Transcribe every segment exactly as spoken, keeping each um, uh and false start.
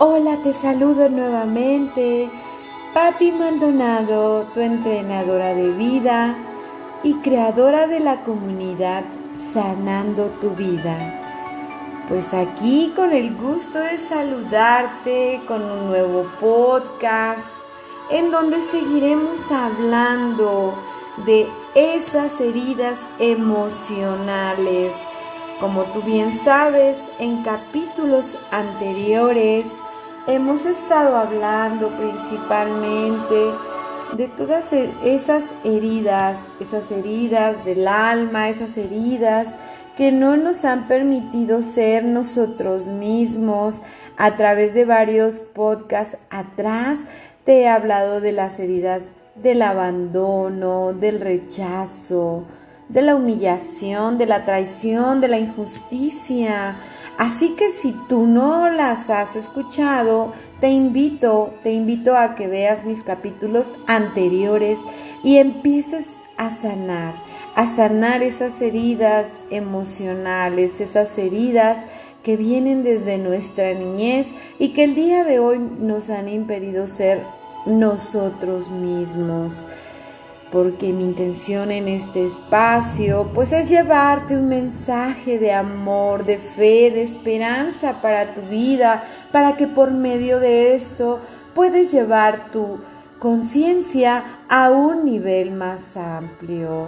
Hola, te saludo nuevamente, Patti Maldonado, tu entrenadora de vida y creadora de la comunidad Sanando tu Vida. Pues aquí con el gusto de saludarte con un nuevo podcast en donde seguiremos hablando de esas heridas emocionales. Como tú bien sabes, en capítulos anteriores hemos estado hablando principalmente de todas esas heridas, esas heridas del alma, esas heridas que no nos han permitido ser nosotros mismos. A través de varios podcasts atrás te he hablado de las heridas del abandono, del rechazo, de la humillación, de la traición, de la injusticia. Así que si tú no las has escuchado, te invito, te invito a que veas mis capítulos anteriores y empieces a sanar, a sanar esas heridas emocionales, esas heridas que vienen desde nuestra niñez y que el día de hoy nos han impedido ser nosotros mismos. Porque mi intención en este espacio pues es llevarte un mensaje de amor, de fe, de esperanza para tu vida, para que por medio de esto puedes llevar tu conciencia a un nivel más amplio.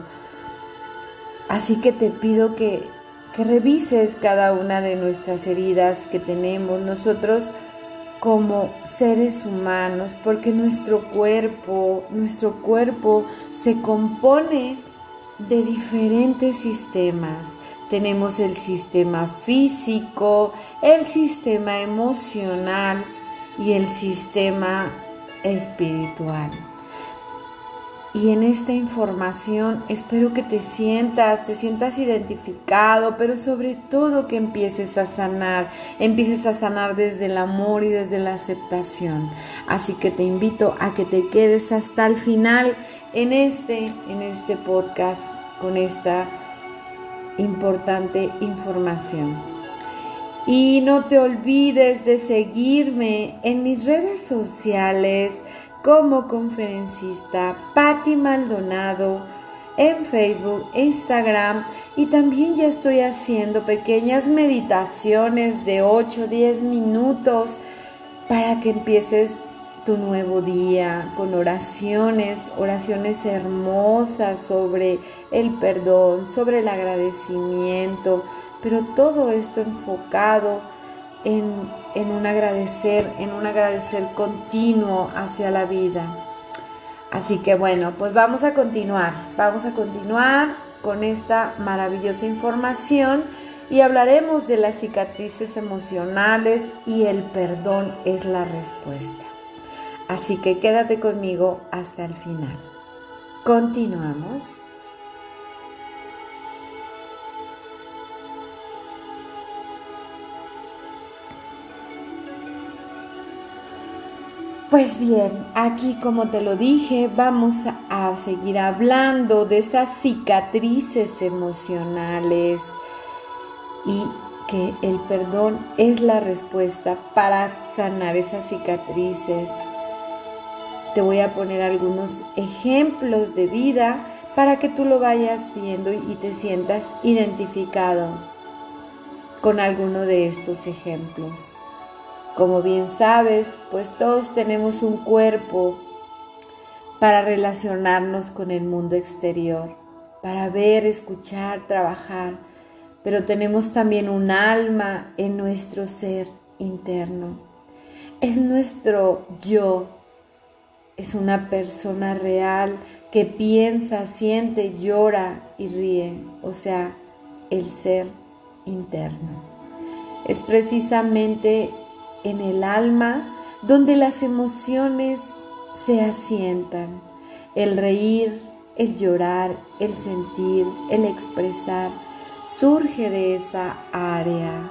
Así que te pido que, que revises cada una de nuestras heridas que tenemos nosotros como seres humanos, porque nuestro cuerpo, nuestro cuerpo se compone de diferentes sistemas. Tenemos el sistema físico, el sistema emocional y el sistema espiritual. Y en esta información espero que te sientas, te sientas identificado, pero sobre todo que empieces a sanar, empieces a sanar desde el amor y desde la aceptación. Así que te invito a que te quedes hasta el final en este, en este podcast con esta importante información. Y no te olvides de seguirme en mis redes sociales como conferencista Patti Maldonado en Facebook, Instagram, y también ya estoy haciendo pequeñas meditaciones de ocho a diez minutos para que empieces tu nuevo día con oraciones, oraciones hermosas sobre el perdón, sobre el agradecimiento, pero todo esto enfocado en, en un agradecer, en un agradecer continuo hacia la vida. Así que bueno, pues vamos a continuar, vamos a continuar con esta maravillosa información y hablaremos de las cicatrices emocionales y el perdón es la respuesta. Así que quédate conmigo hasta el final. Continuamos. Pues bien, aquí como te lo dije, vamos a seguir hablando de esas cicatrices emocionales y que el perdón es la respuesta para sanar esas cicatrices. Te voy a poner algunos ejemplos de vida para que tú lo vayas viendo y te sientas identificado con alguno de estos ejemplos. Como bien sabes, pues todos tenemos un cuerpo para relacionarnos con el mundo exterior, para ver, escuchar, trabajar, pero tenemos también un alma en nuestro ser interno. Es nuestro yo, es una persona real que piensa, siente, llora y ríe, o sea, el ser interno. Es precisamente en el alma donde las emociones se asientan. El reír, el llorar, el sentir, el expresar, surge de esa área.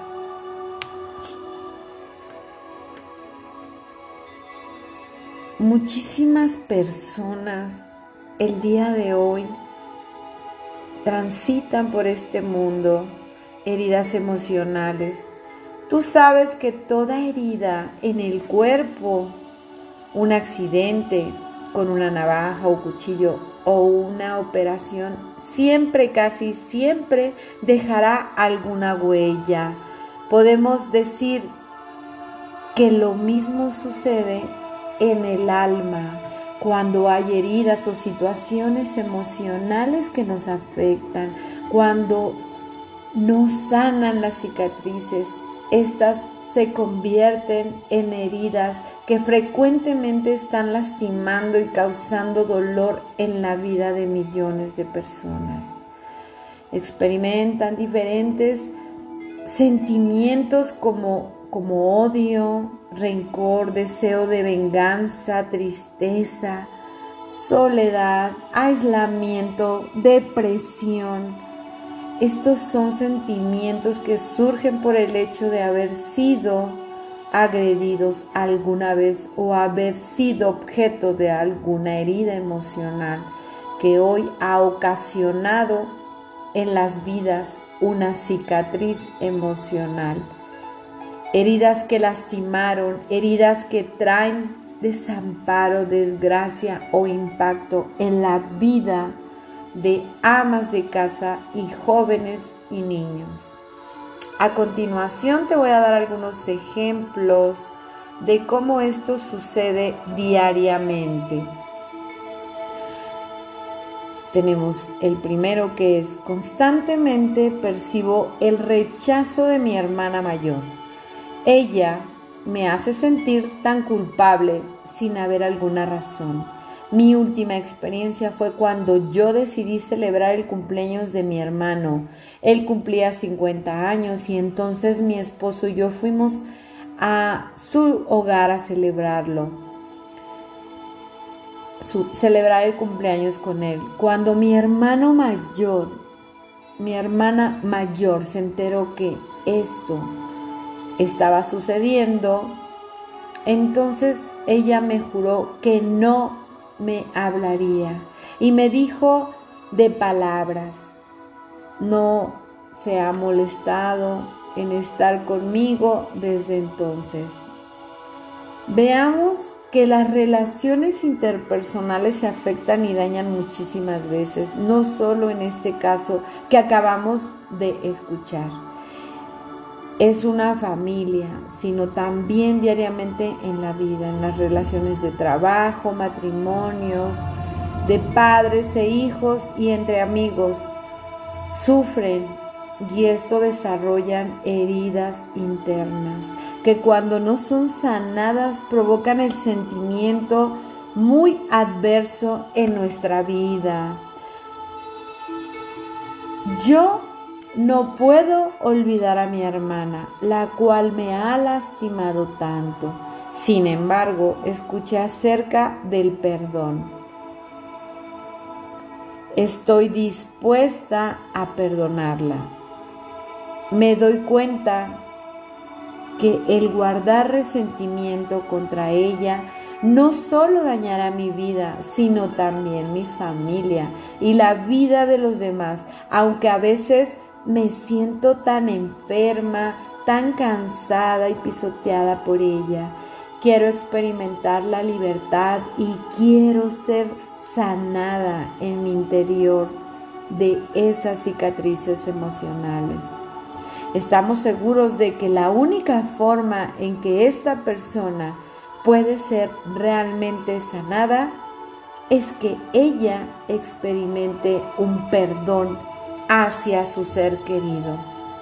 Muchísimas personas el día de hoy transitan por este mundo heridas emocionales, Tú sabes que toda herida en el cuerpo, un accidente con una navaja o cuchillo o una operación, siempre, casi siempre dejará alguna huella. Podemos decir que lo mismo sucede en el alma cuando hay heridas o situaciones emocionales que nos afectan, cuando no sanan las cicatrices. Estas se convierten en heridas que frecuentemente están lastimando y causando dolor en la vida de millones de personas. Experimentan diferentes sentimientos como, como odio, rencor, deseo de venganza, tristeza, soledad, aislamiento, depresión. Estos son sentimientos que surgen por el hecho de haber sido agredidos alguna vez o haber sido objeto de alguna herida emocional que hoy ha ocasionado en las vidas una cicatriz emocional. Heridas que lastimaron, heridas que traen desamparo, desgracia o impacto en la vida de amas de casa y jóvenes y niños. A continuación te voy a dar algunos ejemplos de cómo esto sucede diariamente. Tenemos el primero, que es: constantemente percibo el rechazo de mi hermana mayor. Ella me hace sentir tan culpable sin haber alguna razón. Mi última experiencia fue cuando yo decidí celebrar el cumpleaños de mi hermano. Él cumplía cincuenta años y entonces mi esposo y yo fuimos a su hogar a celebrarlo, su, celebrar el cumpleaños con él. Cuando mi hermano mayor, mi hermana mayor se enteró que esto estaba sucediendo, entonces ella me juró que no me hablaría y me dijo de palabras. No se ha molestado en estar conmigo desde entonces. Veamos que las relaciones interpersonales se afectan y dañan muchísimas veces, no solo en este caso que acabamos de escuchar. Es una familia, sino también diariamente en la vida, en las relaciones de trabajo, matrimonios, de padres e hijos y entre amigos. Sufren y esto desarrollan heridas internas que cuando no son sanadas provocan el sentimiento muy adverso en nuestra vida. Yo no puedo olvidar a mi hermana, la cual me ha lastimado tanto. Sin embargo, escuché acerca del perdón. Estoy dispuesta a perdonarla. Me doy cuenta que el guardar resentimiento contra ella no solo dañará mi vida, sino también mi familia y la vida de los demás, aunque a veces me siento tan enferma, tan cansada y pisoteada por ella. Quiero experimentar la libertad y quiero ser sanada en mi interior de esas cicatrices emocionales. Estamos seguros de que la única forma en que esta persona puede ser realmente sanada es que ella experimente un perdón hacia su ser querido.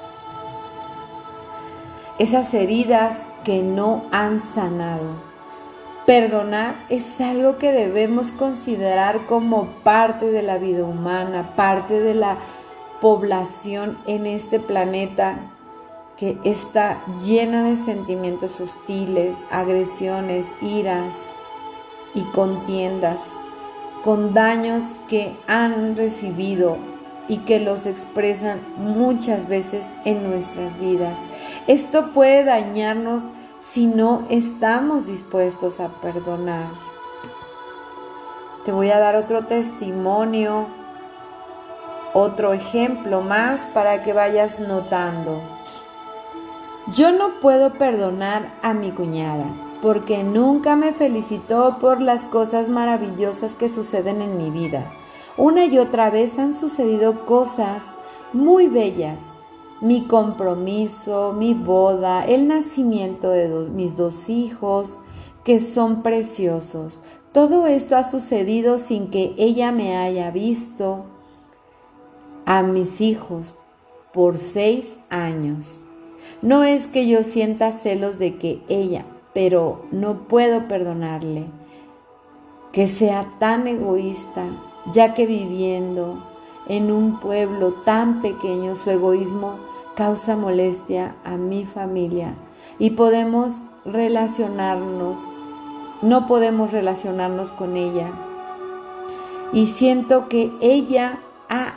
Esas heridas que no han sanado. Perdonar es algo que debemos considerar como parte de la vida humana, parte de la población en este planeta que está llena de sentimientos hostiles, agresiones, iras y contiendas, con daños que han recibido y que los expresan muchas veces en nuestras vidas. Esto puede dañarnos si no estamos dispuestos a perdonar. Te voy a dar otro testimonio, otro ejemplo más para que vayas notando. Yo no puedo perdonar a mi cuñada porque nunca me felicitó por las cosas maravillosas que suceden en mi vida. Una y otra vez han sucedido cosas muy bellas. Mi compromiso, mi boda, el nacimiento de do- mis dos hijos, que son preciosos. Todo esto ha sucedido sin que ella me haya visto a mis hijos por seis años. No es que yo sienta celos de que ella, pero no puedo perdonarle que sea tan egoísta, ya que viviendo en un pueblo tan pequeño su egoísmo causa molestia a mi familia y podemos relacionarnos, no podemos relacionarnos con ella. Y siento que ella ha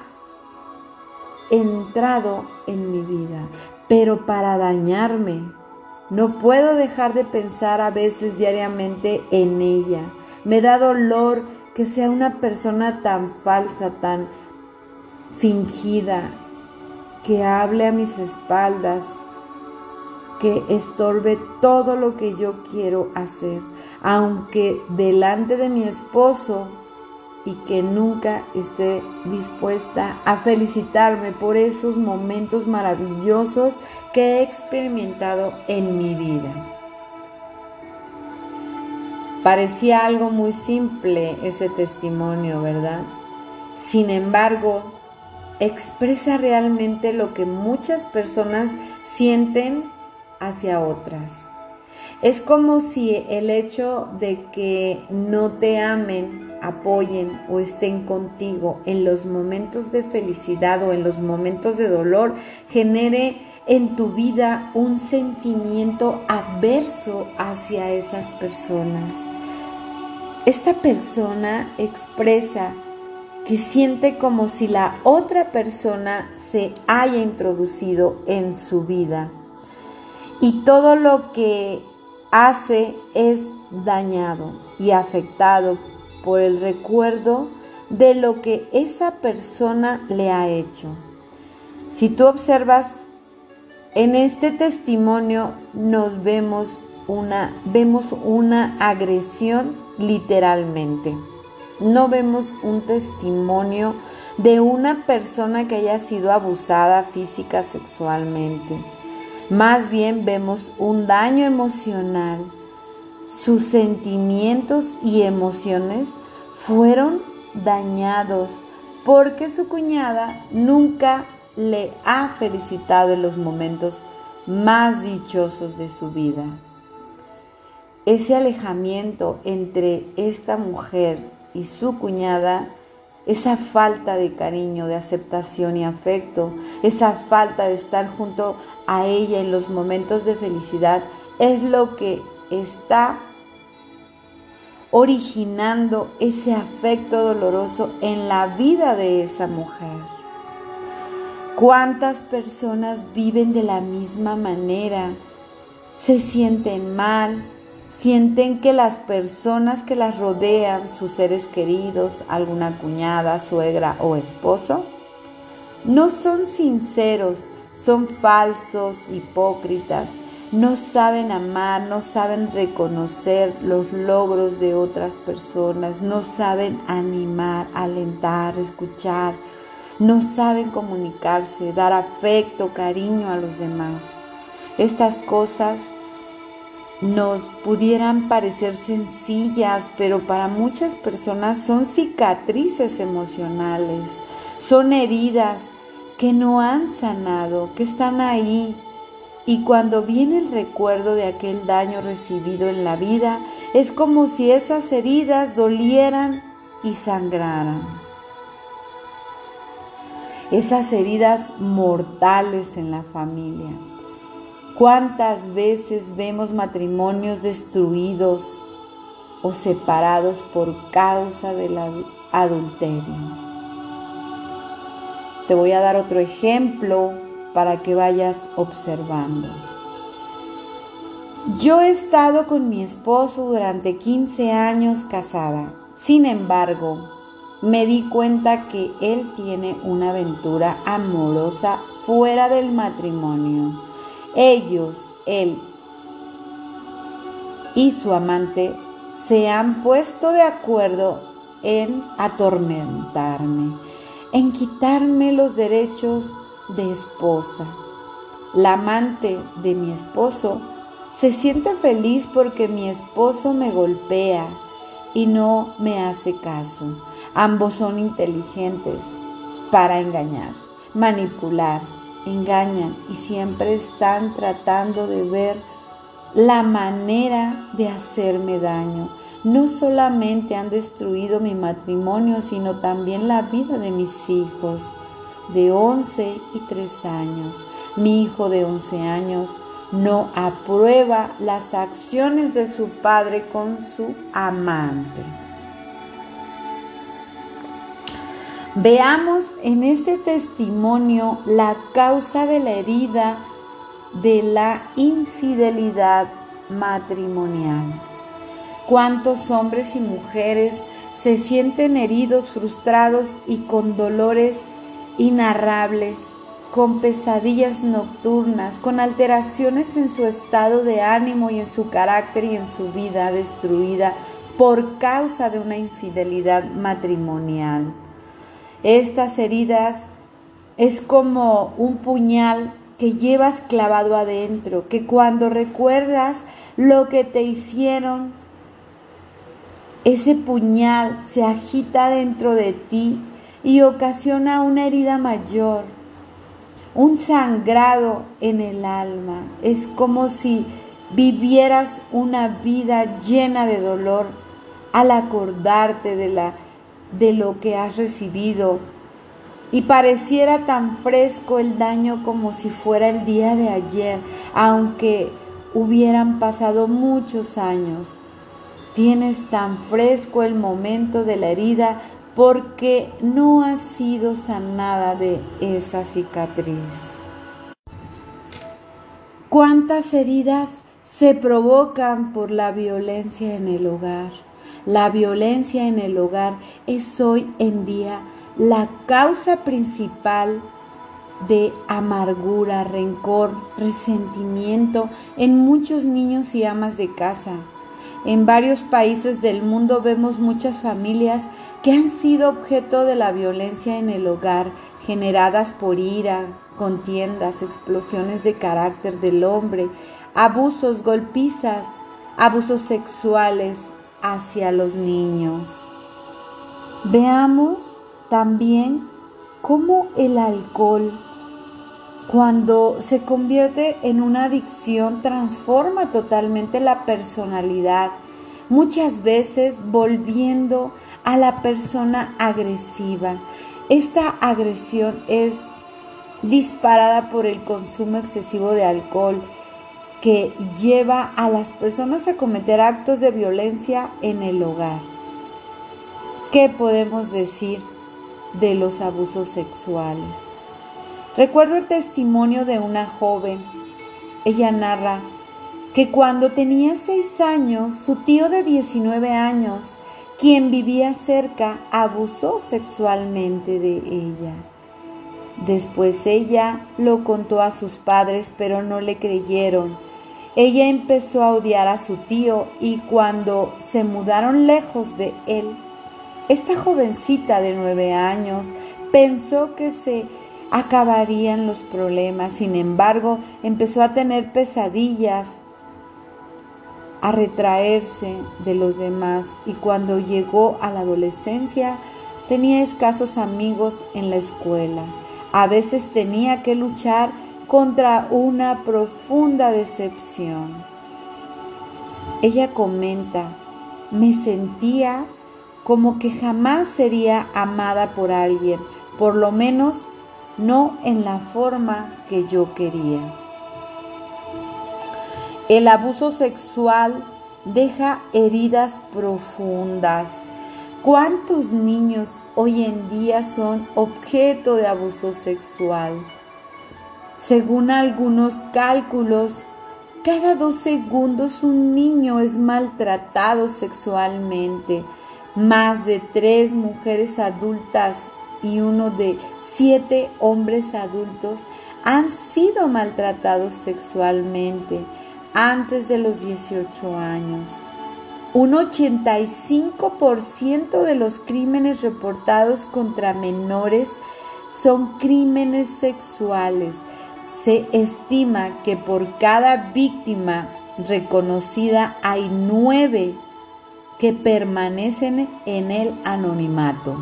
entrado en mi vida, pero para dañarme. No puedo dejar de pensar a veces diariamente en ella. Me da dolor que sea una persona tan falsa, tan fingida, que hable a mis espaldas, que estorbe todo lo que yo quiero hacer, aunque delante de mi esposo, y que nunca esté dispuesta a felicitarme por esos momentos maravillosos que he experimentado en mi vida. Parecía algo muy simple ese testimonio, ¿verdad? Sin embargo, expresa realmente lo que muchas personas sienten hacia otras. Es como si el hecho de que no te amen, apoyen o estén contigo en los momentos de felicidad o en los momentos de dolor genere en tu vida un sentimiento adverso hacia esas personas. Esta persona expresa que siente como si la otra persona se haya introducido en su vida y todo lo que hace es dañado y afectado por el recuerdo de lo que esa persona le ha hecho. Si tú observas en este testimonio, nos vemos una, vemos una agresión literalmente. No vemos un testimonio de una persona que haya sido abusada física, sexualmente. Más bien vemos un daño emocional. Sus sentimientos y emociones fueron dañados porque su cuñada nunca le ha felicitado en los momentos más dichosos de su vida. Ese alejamiento entre esta mujer y su cuñada, esa falta de cariño, de aceptación y afecto, esa falta de estar junto a ella en los momentos de felicidad, es lo que está originando ese afecto doloroso en la vida de esa mujer. ¿Cuántas personas viven de la misma manera? Se sienten mal, sienten que las personas que las rodean, sus seres queridos, alguna cuñada, suegra o esposo, no son sinceros, son falsos, hipócritas, no saben amar, no saben reconocer los logros de otras personas, no saben animar, alentar, escuchar, no saben comunicarse, dar afecto, cariño a los demás. Estas cosas nos pudieran parecer sencillas, pero para muchas personas son cicatrices emocionales, son heridas que no han sanado, que están ahí. Y cuando viene el recuerdo de aquel daño recibido en la vida, es como si esas heridas dolieran y sangraran. Esas heridas mortales en la familia. ¿Cuántas veces vemos matrimonios destruidos o separados por causa del adulterio? Te voy a dar otro ejemplo para que vayas observando. Yo he estado con mi esposo durante quince años casada. Sin embargo, me di cuenta que él tiene una aventura amorosa fuera del matrimonio. Ellos, él y su amante, se han puesto de acuerdo en atormentarme, en quitarme los derechos de esposa. La amante de mi esposo se siente feliz porque mi esposo me golpea y no me hace caso. Ambos son inteligentes para engañar, manipular, engañan y siempre están tratando de ver la manera de hacerme daño. No solamente han destruido mi matrimonio, sino también la vida de mis hijos de once y tres años. Mi hijo de once años no aprueba las acciones de su padre con su amante. Veamos en este testimonio la causa de la herida de la infidelidad matrimonial. ¿Cuántos hombres y mujeres se sienten heridos, frustrados y con dolores inarrables, con pesadillas nocturnas, con alteraciones en su estado de ánimo y en su carácter y en su vida destruida por causa de una infidelidad matrimonial? Estas heridas es como un puñal que llevas clavado adentro, que cuando recuerdas lo que te hicieron, ese puñal se agita dentro de ti y ocasiona una herida mayor, un sangrado en el alma. Es como si vivieras una vida llena de dolor al acordarte de la de lo que has recibido y pareciera tan fresco el daño como si fuera el día de ayer, aunque hubieran pasado muchos años. Tienes tan fresco el momento de la herida porque no has sido sanada de esa cicatriz. ¿Cuántas heridas se provocan por la violencia en el hogar? La violencia en el hogar es hoy en día la causa principal de amargura, rencor, resentimiento en muchos niños y amas de casa. En varios países del mundo vemos muchas familias que han sido objeto de la violencia en el hogar, generadas por ira, contiendas, explosiones de carácter del hombre, abusos, golpizas, abusos sexuales hacia los niños. Veamos también cómo el alcohol, cuando se convierte en una adicción, transforma totalmente la personalidad, muchas veces volviendo a la persona agresiva. Esta agresión es disparada por el consumo excesivo de alcohol, que lleva a las personas a cometer actos de violencia en el hogar. ¿Qué podemos decir de los abusos sexuales? Recuerdo el testimonio de una joven. Ella narra que cuando tenía seis años, su tío de diecinueve años, quien vivía cerca, abusó sexualmente de ella. Después ella lo contó a sus padres, pero no le creyeron. Ella empezó a odiar a su tío y cuando se mudaron lejos de él, esta jovencita de nueve años pensó que se acabarían los problemas. Sin embargo, empezó a tener pesadillas, a retraerse de los demás, y cuando llegó a la adolescencia tenía escasos amigos en la escuela. A veces tenía que luchar contra una profunda decepción. Ella comenta: me sentía como que jamás sería amada por alguien, por lo menos no en la forma que yo quería. El abuso sexual deja heridas profundas. ¿Cuántos niños hoy en día son objeto de abuso sexual? Según algunos cálculos, cada dos segundos un niño es maltratado sexualmente. Más de tres mujeres adultas y uno de siete hombres adultos han sido maltratados sexualmente antes de los dieciocho años. Un ochenta y cinco por ciento de los crímenes reportados contra menores son crímenes sexuales. Se estima que por cada víctima reconocida hay nueve que permanecen en el anonimato.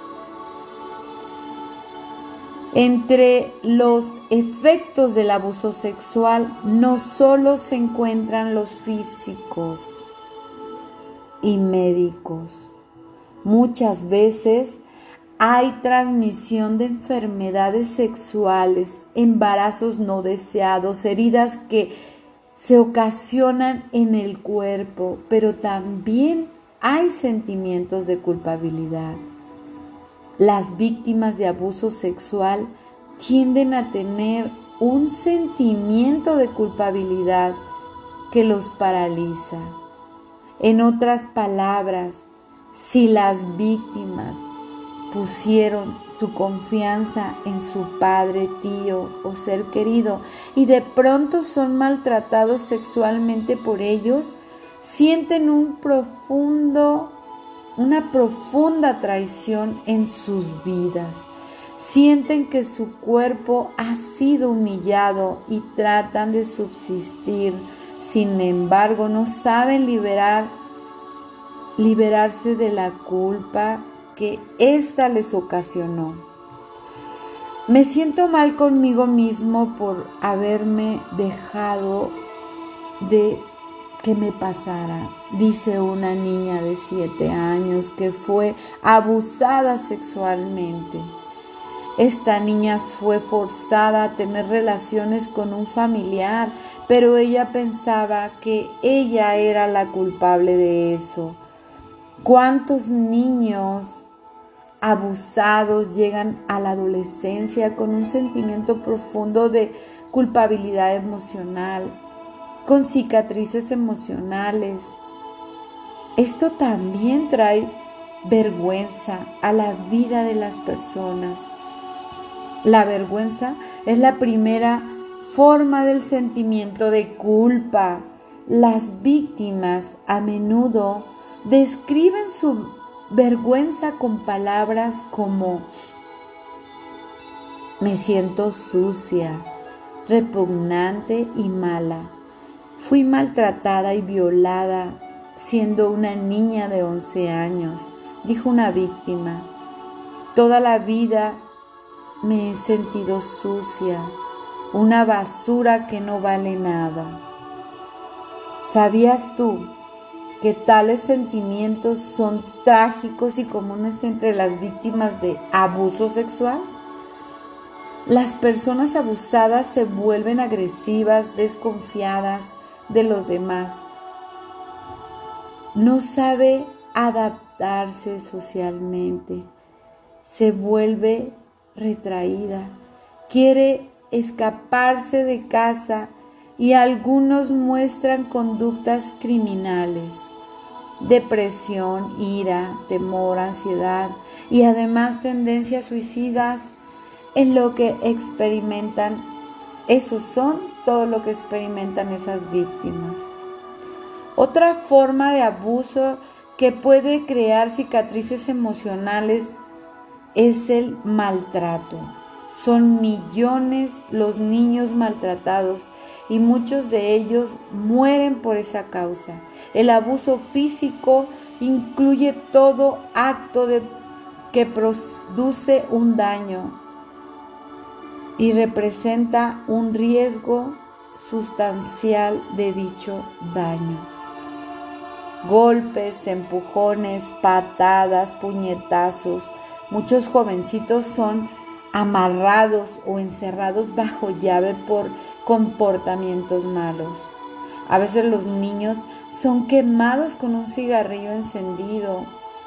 Entre los efectos del abuso sexual no solo se encuentran los físicos y médicos. Muchas veces hay transmisión de enfermedades sexuales, embarazos no deseados, heridas que se ocasionan en el cuerpo, pero también hay sentimientos de culpabilidad. Las víctimas de abuso sexual tienden a tener un sentimiento de culpabilidad que los paraliza. En otras palabras, si las víctimas pusieron su confianza en su padre, tío o ser querido y de pronto son maltratados sexualmente por ellos, sienten un profundo, una profunda traición en sus vidas. Sienten que su cuerpo ha sido humillado y tratan de subsistir. Sin embargo, no saben liberar, liberarse de la culpa que ésta les ocasionó. Me siento mal conmigo mismo por haberme dejado de que me pasara, dice una niña de siete años que fue abusada sexualmente. Esta niña fue forzada a tener relaciones con un familiar, pero ella pensaba que ella era la culpable de eso. ¿Cuántos niños abusados llegan a la adolescencia con un sentimiento profundo de culpabilidad emocional, con cicatrices emocionales? Esto también trae vergüenza a la vida de las personas. La vergüenza es la primera forma del sentimiento de culpa. Las víctimas a menudo describen su vergüenza con palabras como: me siento sucia, repugnante y mala. Fui maltratada y violada siendo una niña de once años, dijo una víctima. Toda la vida me he sentido sucia, una basura que no vale nada. ¿Sabías tú que tales sentimientos son trágicos y comunes entre las víctimas de abuso sexual? Las personas abusadas se vuelven agresivas, desconfiadas de los demás. No sabe adaptarse socialmente, se vuelve retraída, quiere escaparse de casa y algunos muestran conductas criminales, depresión, ira, temor, ansiedad y además tendencias suicidas en lo que experimentan. Esos son todo lo que experimentan esas víctimas. Otra forma de abuso que puede crear cicatrices emocionales es el maltrato. Son millones los niños maltratados y muchos de ellos mueren por esa causa. El abuso físico incluye todo acto de, que produce un daño y representa un riesgo sustancial de dicho daño. Golpes, empujones, patadas, puñetazos. Muchos jovencitos son amarrados o encerrados bajo llave por comportamientos malos. A veces los niños son quemados con un cigarrillo encendido.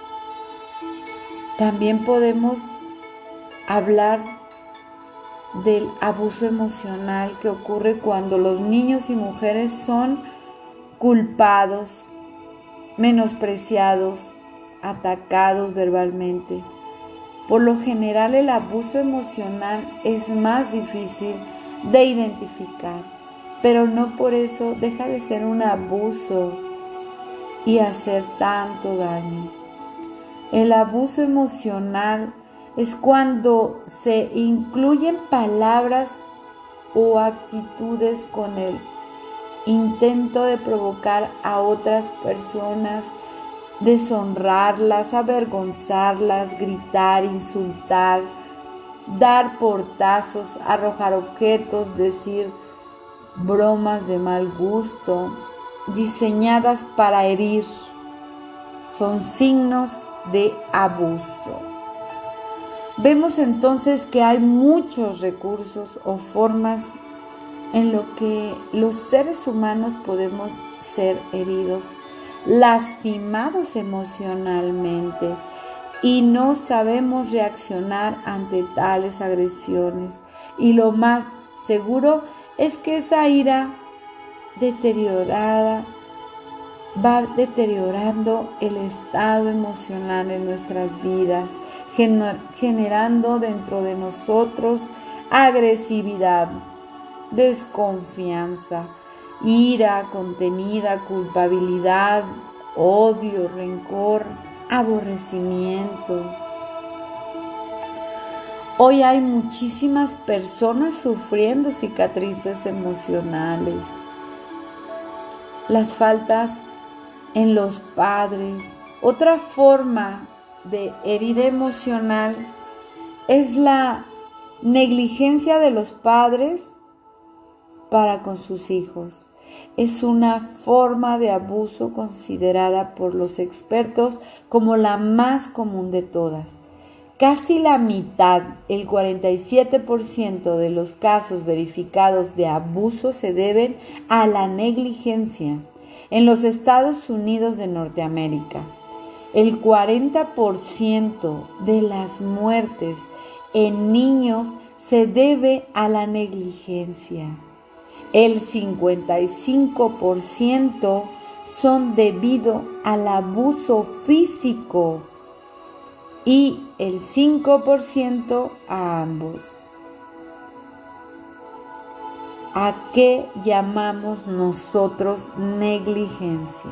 También podemos hablar del abuso emocional que ocurre cuando los niños y mujeres son culpados, menospreciados, atacados verbalmente. Por lo general, el abuso emocional es más difícil de identificar, pero no por eso deja de ser un abuso y hacer tanto daño. El abuso emocional es cuando se incluyen palabras o actitudes con el intento de provocar a otras personas, deshonrarlas, avergonzarlas, gritar, insultar, dar portazos, arrojar objetos, decir bromas de mal gusto, diseñadas para herir. Son signos de abuso. Vemos entonces que hay muchos recursos o formas en lo que los seres humanos podemos ser heridos, lastimados emocionalmente y no sabemos reaccionar ante tales agresiones. Y lo más seguro es que esa ira deteriorada va deteriorando el estado emocional en nuestras vidas, generando dentro de nosotros agresividad, desconfianza, ira contenida, culpabilidad, odio, rencor, aborrecimiento. Hoy hay muchísimas personas sufriendo cicatrices emocionales. Las faltas en los padres. Otra forma de herida emocional es la negligencia de los padres para con sus hijos. Es una forma de abuso considerada por los expertos como la más común de todas. Casi la mitad, el cuarenta y siete por ciento de los casos verificados de abuso se deben a la negligencia. En los Estados Unidos de Norteamérica, el cuarenta por ciento de las muertes en niños se debe a la negligencia. El cincuenta y cinco por ciento son debido al abuso físico y el cinco por ciento a ambos. ¿A qué llamamos nosotros negligencia?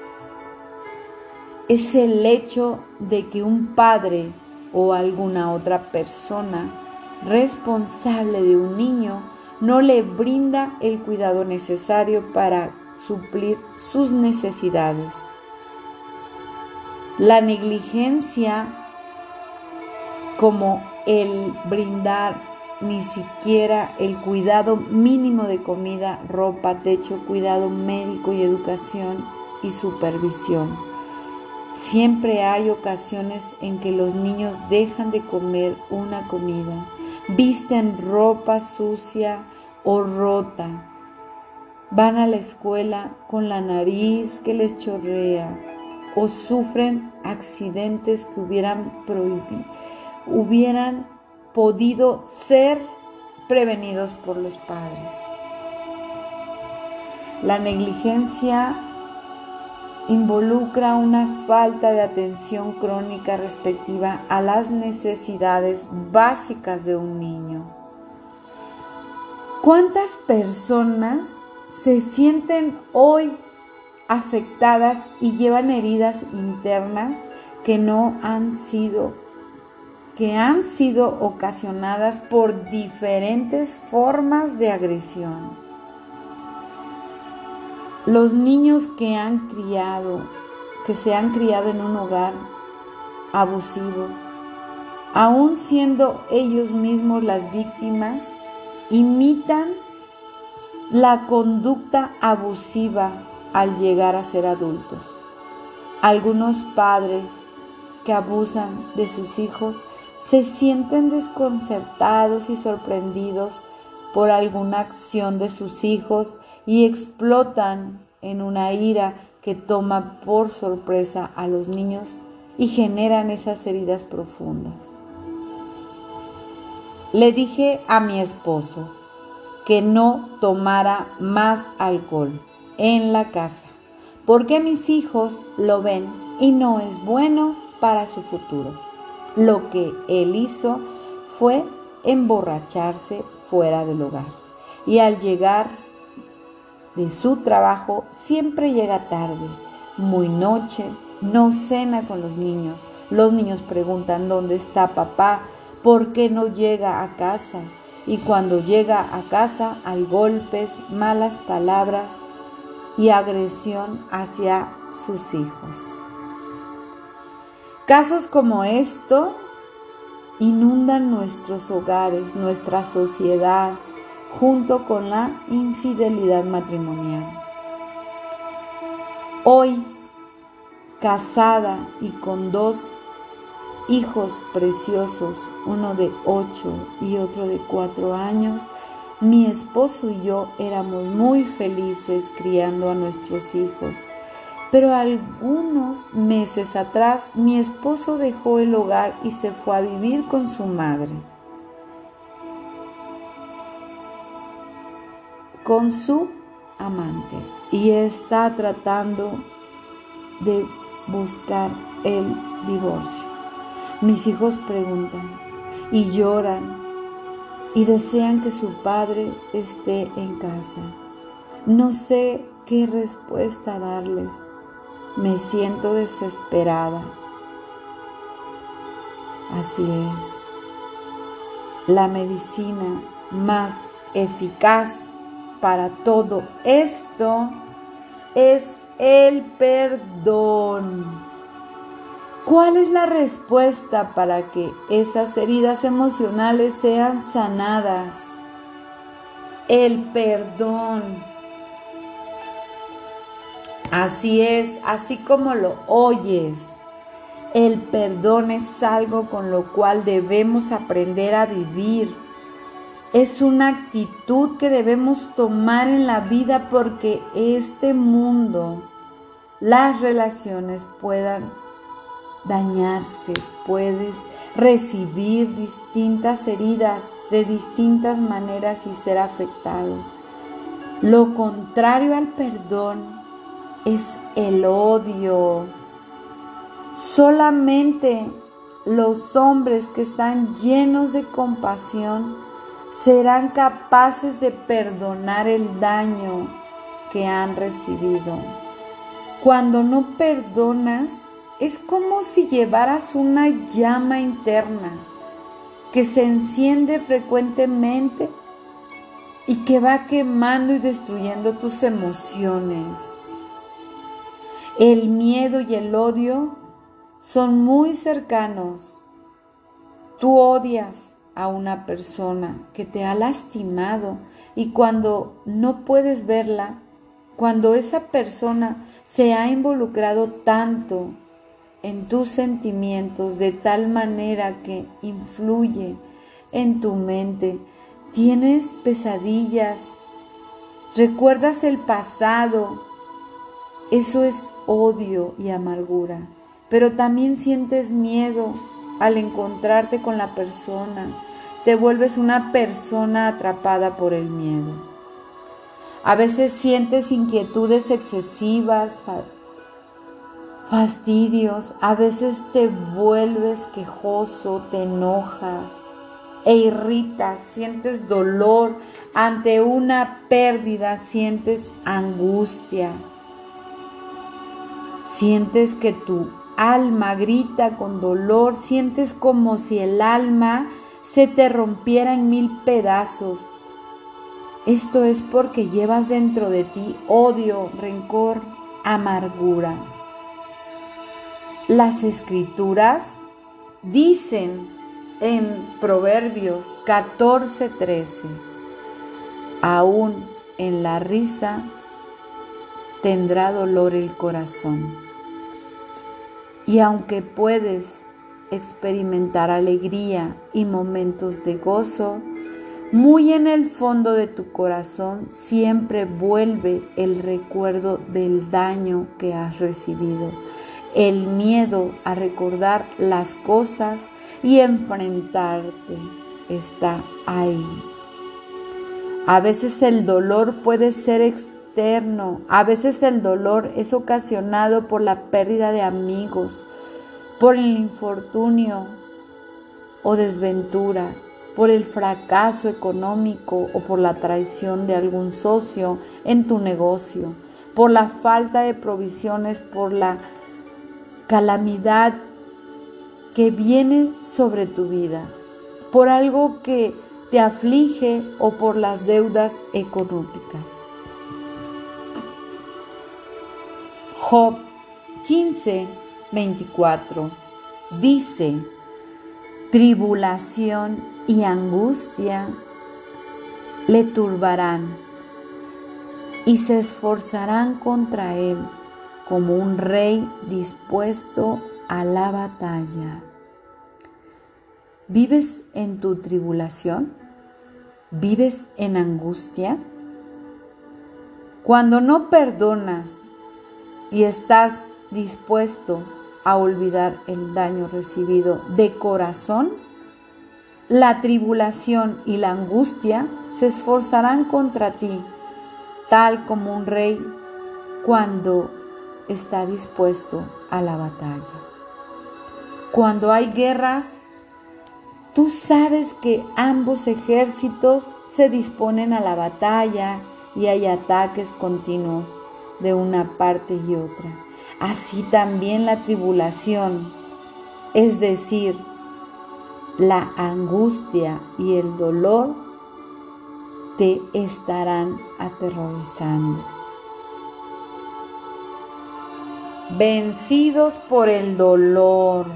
Es el hecho de que un padre o alguna otra persona responsable de un niño no le brinda el cuidado necesario para suplir sus necesidades. La negligencia, como el brindar ni siquiera el cuidado mínimo de comida, ropa, techo, cuidado médico y educación y supervisión. Siempre hay ocasiones en que los niños dejan de comer una comida, visten ropa sucia o rota, van a la escuela con la nariz que les chorrea o sufren accidentes que hubieran prohibido, hubieran podido ser prevenidos por los padres. La negligencia involucra una falta de atención crónica respectiva a las necesidades básicas de un niño. ¿Cuántas personas se sienten hoy afectadas y llevan heridas internas que no han sido que han sido ocasionadas por diferentes formas de agresión? Los niños que han criado, que se han criado en un hogar abusivo, aun siendo ellos mismos las víctimas, imitan la conducta abusiva al llegar a ser adultos. Algunos padres que abusan de sus hijos se sienten desconcertados y sorprendidos por alguna acción de sus hijos y explotan en una ira que toma por sorpresa a los niños y generan esas heridas profundas. Le dije a mi esposo que no tomara más alcohol en la casa porque mis hijos lo ven y no es bueno para su futuro. Lo que él hizo fue emborracharse fuera del hogar. y al llegar de su trabajo siempre llega tarde, muy noche, no cena con los niños. Los niños preguntan dónde está papá, por qué no llega a casa, y cuando llega a casa hay golpes, malas palabras y agresión hacia sus hijos. Casos como esto inundan nuestros hogares, nuestra sociedad, junto con la infidelidad matrimonial. Hoy, casada y con dos hijos preciosos, uno de ocho y otro de cuatro años, mi esposo y yo éramos muy felices criando a nuestros hijos. Pero algunos meses atrás, mi esposo dejó el hogar y se fue a vivir con su madre, con su amante, y está tratando de buscar el divorcio. Mis hijos preguntan y lloran y desean que su padre esté en casa. No sé qué respuesta darles. Me siento desesperada. Así es. La medicina más eficaz para todo esto es el perdón. ¿Cuál es la respuesta para que esas heridas emocionales sean sanadas? El perdón. Así es, así como lo oyes. El perdón es algo con lo cual debemos aprender a vivir. Es una actitud que debemos tomar en la vida porque este mundo, las relaciones puedan dañarse, puedes recibir distintas heridas de distintas maneras y ser afectado. Lo contrario al perdón es el odio. Solamente los hombres que están llenos de compasión serán capaces de perdonar el daño que han recibido. Cuando no perdonas, es como si llevaras una llama interna que se enciende frecuentemente y que va quemando y destruyendo tus emociones. El miedo y el odio son muy cercanos. Tú odias a una persona que te ha lastimado y cuando no puedes verla, cuando esa persona se ha involucrado tanto en tus sentimientos de tal manera que influye en tu mente, tienes pesadillas, recuerdas el pasado, eso es odio y amargura, pero también sientes miedo al encontrarte con la persona, te vuelves una persona atrapada por el miedo. A veces sientes inquietudes excesivas, fastidios, a veces te vuelves quejoso, te enojas e irritas, sientes dolor ante una pérdida, sientes angustia. Sientes que tu alma grita con dolor, sientes como si el alma se te rompiera en mil pedazos. Esto es porque llevas dentro de ti odio, rencor, amargura. Las escrituras dicen en Proverbios catorce trece, aún en la risa tendrá dolor el corazón. Y aunque puedes experimentar alegría y momentos de gozo, muy en el fondo de tu corazón siempre vuelve el recuerdo del daño que has recibido, el miedo a recordar las cosas y enfrentarte está ahí. A veces el dolor puede ser externo, a veces el dolor es ocasionado por la pérdida de amigos, por el infortunio o desventura. por el fracaso económico o por la traición de algún socio en tu negocio, por la falta de provisiones, por la calamidad que viene sobre tu vida, por algo que te aflige o por las deudas económicas. Job quince, veinticuatro dice: tribulación y angustia le turbarán y se esforzarán contra él como un rey dispuesto a la batalla. ¿Vives en tu tribulación? ¿Vives en angustia? Cuando no perdonas y estás dispuesto a olvidar el daño recibido de corazón, la tribulación y la angustia se esforzarán contra ti, tal como un rey cuando está dispuesto a la batalla. Cuando hay guerras, tú sabes que ambos ejércitos se disponen a la batalla y hay ataques continuos de una parte y otra. Así también la tribulación, es decir, la angustia y el dolor, te estarán aterrorizando. Vencidos por el dolor.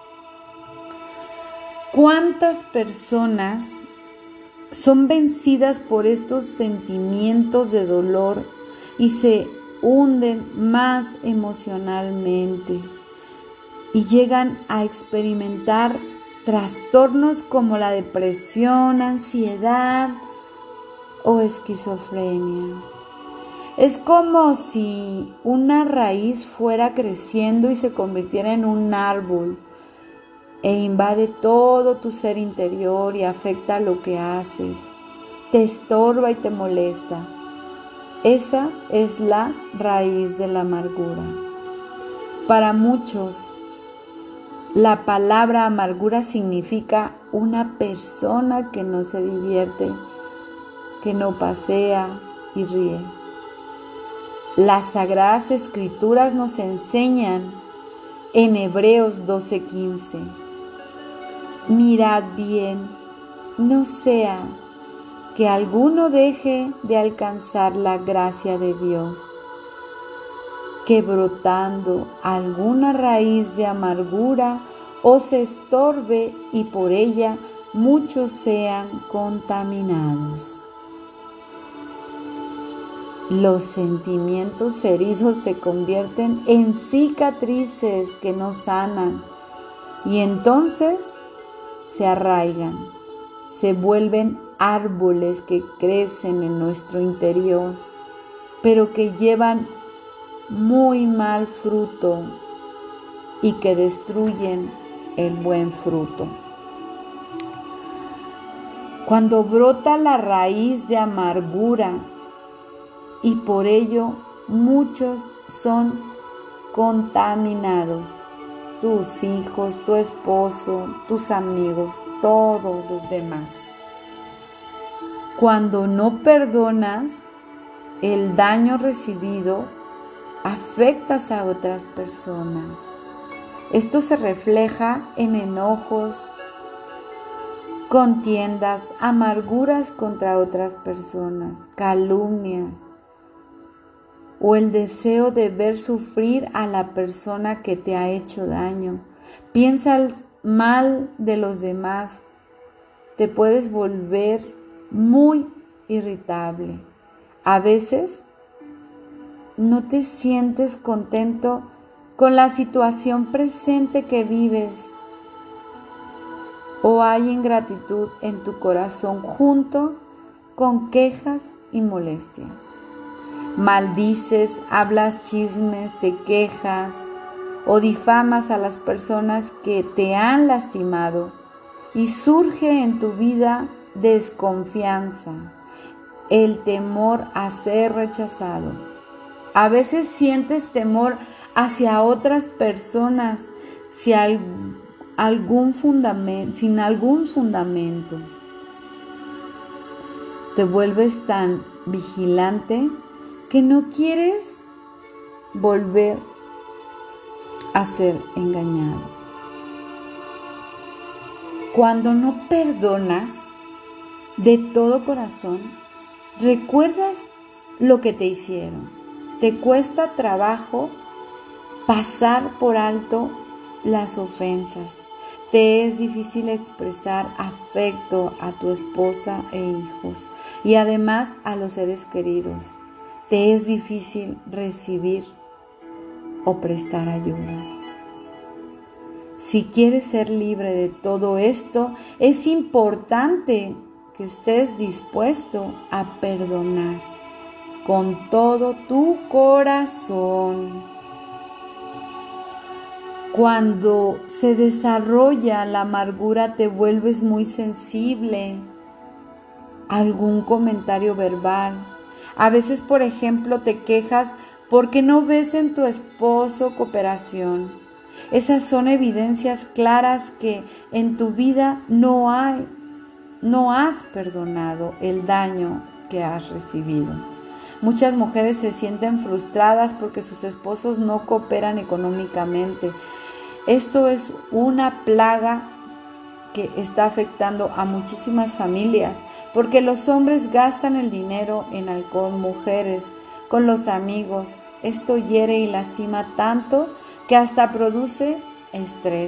¿Cuántas personas son vencidas por estos sentimientos de dolor y se hunden más emocionalmente y llegan a experimentar trastornos como la depresión, ansiedad o esquizofrenia? Es como si una raíz fuera creciendo y se convirtiera en un árbol e invade todo tu ser interior y afecta lo que haces, te estorba y te molesta. Esa es la raíz de la amargura. Para muchos, la palabra amargura significa una persona que no se divierte, que no pasea y ríe. Las Sagradas Escrituras nos enseñan en Hebreos doce quince: mirad bien, no sea que alguno deje de alcanzar la gracia de Dios, que brotando alguna raíz de amargura os estorbe y por ella muchos sean contaminados. Los sentimientos heridos se convierten en cicatrices que no sanan y entonces se arraigan, se vuelven árboles que crecen en nuestro interior, pero que llevan muy mal fruto y que destruyen el buen fruto. Cuando brota la raíz de amargura y por ello muchos son contaminados, tus hijos, tu esposo, tus amigos, todos los demás. Cuando no perdonas el daño recibido, afectas a otras personas. Esto se refleja en enojos, contiendas, amarguras contra otras personas, calumnias o el deseo de ver sufrir a la persona que te ha hecho daño. Piensas mal de los demás, te puedes volver muy irritable. A veces no te sientes contento con la situación presente que vives o hay ingratitud en tu corazón junto con quejas y molestias. Maldices, hablas chismes, te quejas o difamas a las personas que te han lastimado y surge en tu vida desconfianza, el temor a ser rechazado. A veces sientes temor hacia otras personas si al, algún fundamento, sin algún fundamento. Te vuelves tan vigilante que no quieres volver a ser engañado. Cuando no perdonas de todo corazón, recuerdas lo que te hicieron. Te cuesta trabajo pasar por alto las ofensas. Te es difícil expresar afecto a tu esposa e hijos y además a los seres queridos. Te es difícil recibir o prestar ayuda. Si quieres ser libre de todo esto, es importante que estés dispuesto a perdonar con todo tu corazón. Cuando se desarrolla la amargura, te vuelves muy sensible a algún comentario verbal. A veces, por ejemplo, te quejas porque no ves en tu esposo cooperación. Esas son evidencias claras que en tu vida no hay, no has perdonado el daño que has recibido. Muchas mujeres se sienten frustradas porque sus esposos no cooperan económicamente. Esto es una plaga que está afectando a muchísimas familias, porque los hombres gastan el dinero en alcohol, mujeres, con los amigos. Esto hiere y lastima tanto que hasta produce estrés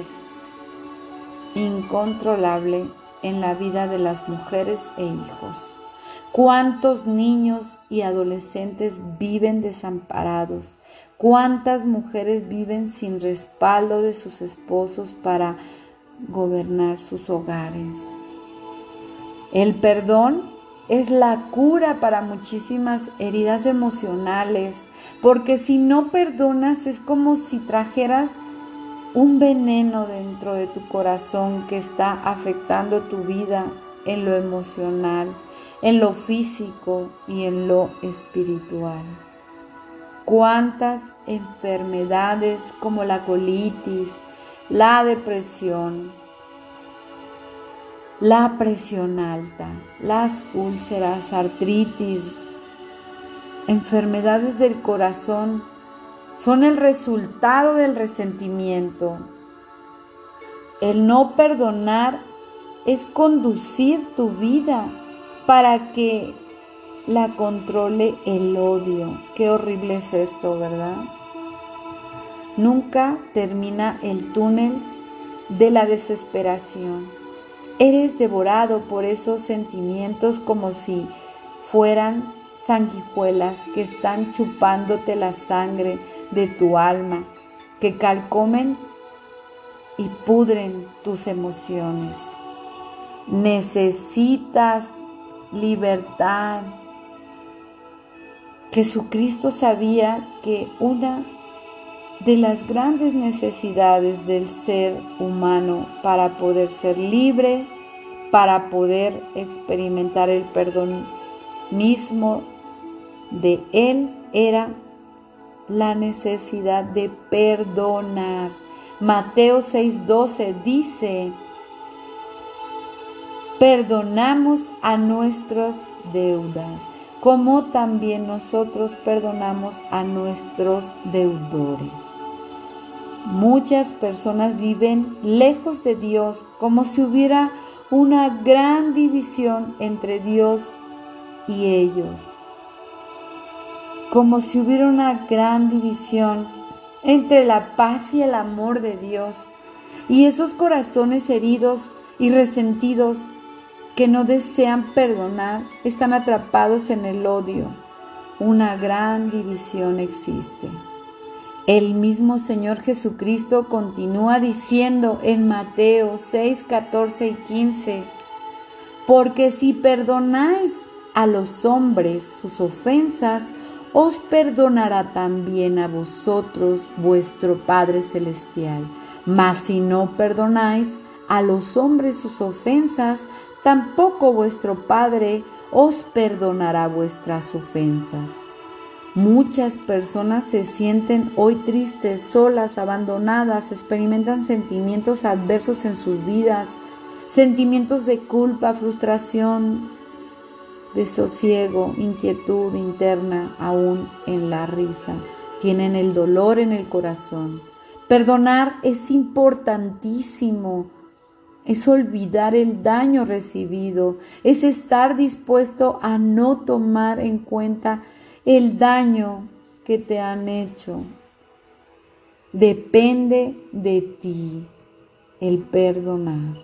incontrolable en la vida de las mujeres e hijos. ¿Cuántos niños y adolescentes viven desamparados? ¿Cuántas mujeres viven sin respaldo de sus esposos para gobernar sus hogares? El perdón es la cura para muchísimas heridas emocionales, porque si no perdonas es como si trajeras un veneno dentro de tu corazón que está afectando tu vida en lo emocional, en lo físico y en lo espiritual. ¿Cuántas enfermedades como la colitis, la depresión, la presión alta, las úlceras, artritis, enfermedades del corazón son el resultado del resentimiento? El no perdonar es conducir tu vida para que la controle el odio. Qué horrible es esto, ¿verdad? Nunca termina el túnel de la desesperación. Eres devorado por esos sentimientos como si fueran sanguijuelas que están chupándote la sangre de tu alma, que calcomen y pudren tus emociones. Necesitas libertad. Jesucristo sabía que una de las grandes necesidades del ser humano para poder ser libre, para poder experimentar el perdón mismo de Él, era la necesidad de perdonar. Mateo seis doce dice: perdonamos a nuestras deudas, como también nosotros perdonamos a nuestros deudores. Muchas personas viven lejos de Dios, como si hubiera una gran división entre Dios y ellos. Como si hubiera una gran división entre la paz y el amor de Dios. Y esos corazones heridos y resentidos que no desean perdonar están atrapados en el odio. Una gran división existe. El mismo Señor Jesucristo continúa diciendo en Mateo seis, catorce y quince: porque si perdonáis a los hombres sus ofensas, os perdonará también a vosotros vuestro Padre Celestial. Mas si no perdonáis a los hombres sus ofensas, tampoco vuestro Padre os perdonará vuestras ofensas. Muchas personas se sienten hoy tristes, solas, abandonadas, experimentan sentimientos adversos en sus vidas, sentimientos de culpa, frustración, desosiego, inquietud interna, aún en la risa. Tienen el dolor en el corazón. Perdonar es importantísimo. Es olvidar el daño recibido. Es estar dispuesto a no tomar en cuenta el daño que te han hecho. Depende de ti el perdonar.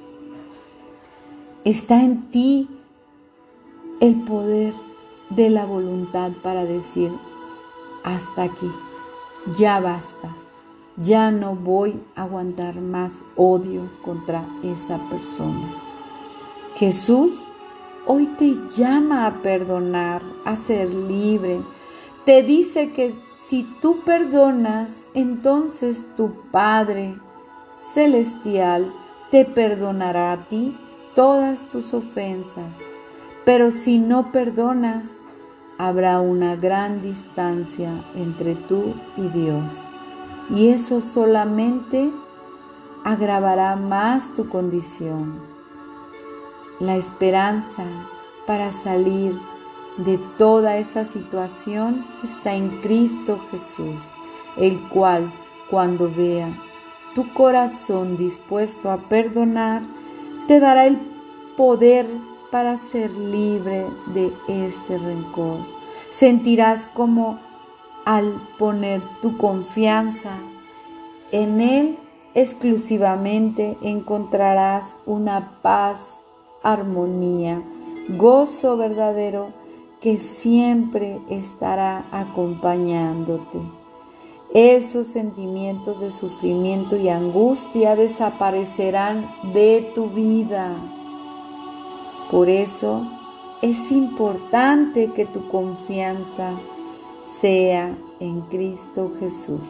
Está en ti el poder de la voluntad para decir, hasta aquí, ya basta, ya no voy a aguantar más odio contra esa persona. Jesús hoy te llama a perdonar, a ser libre. Te dice que si tú perdonas, entonces tu Padre Celestial te perdonará a ti todas tus ofensas. Pero si no perdonas, habrá una gran distancia entre tú y Dios. Y eso solamente agravará más tu condición. La esperanza para salir de toda esa situación está en Cristo Jesús, el cual, cuando vea tu corazón dispuesto a perdonar, te dará el poder para ser libre de este rencor. Sentirás como al poner tu confianza en Él exclusivamente encontrarás una paz, armonía, gozo verdadero que siempre estará acompañándote. Esos sentimientos de sufrimiento y angustia desaparecerán de tu vida. Por eso es importante que tu confianza sea en Cristo Jesús.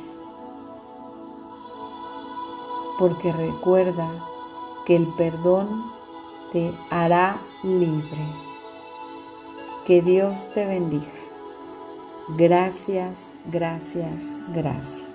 Porque recuerda que el perdón te hará libre. Que Dios te bendiga. Gracias, gracias, gracias.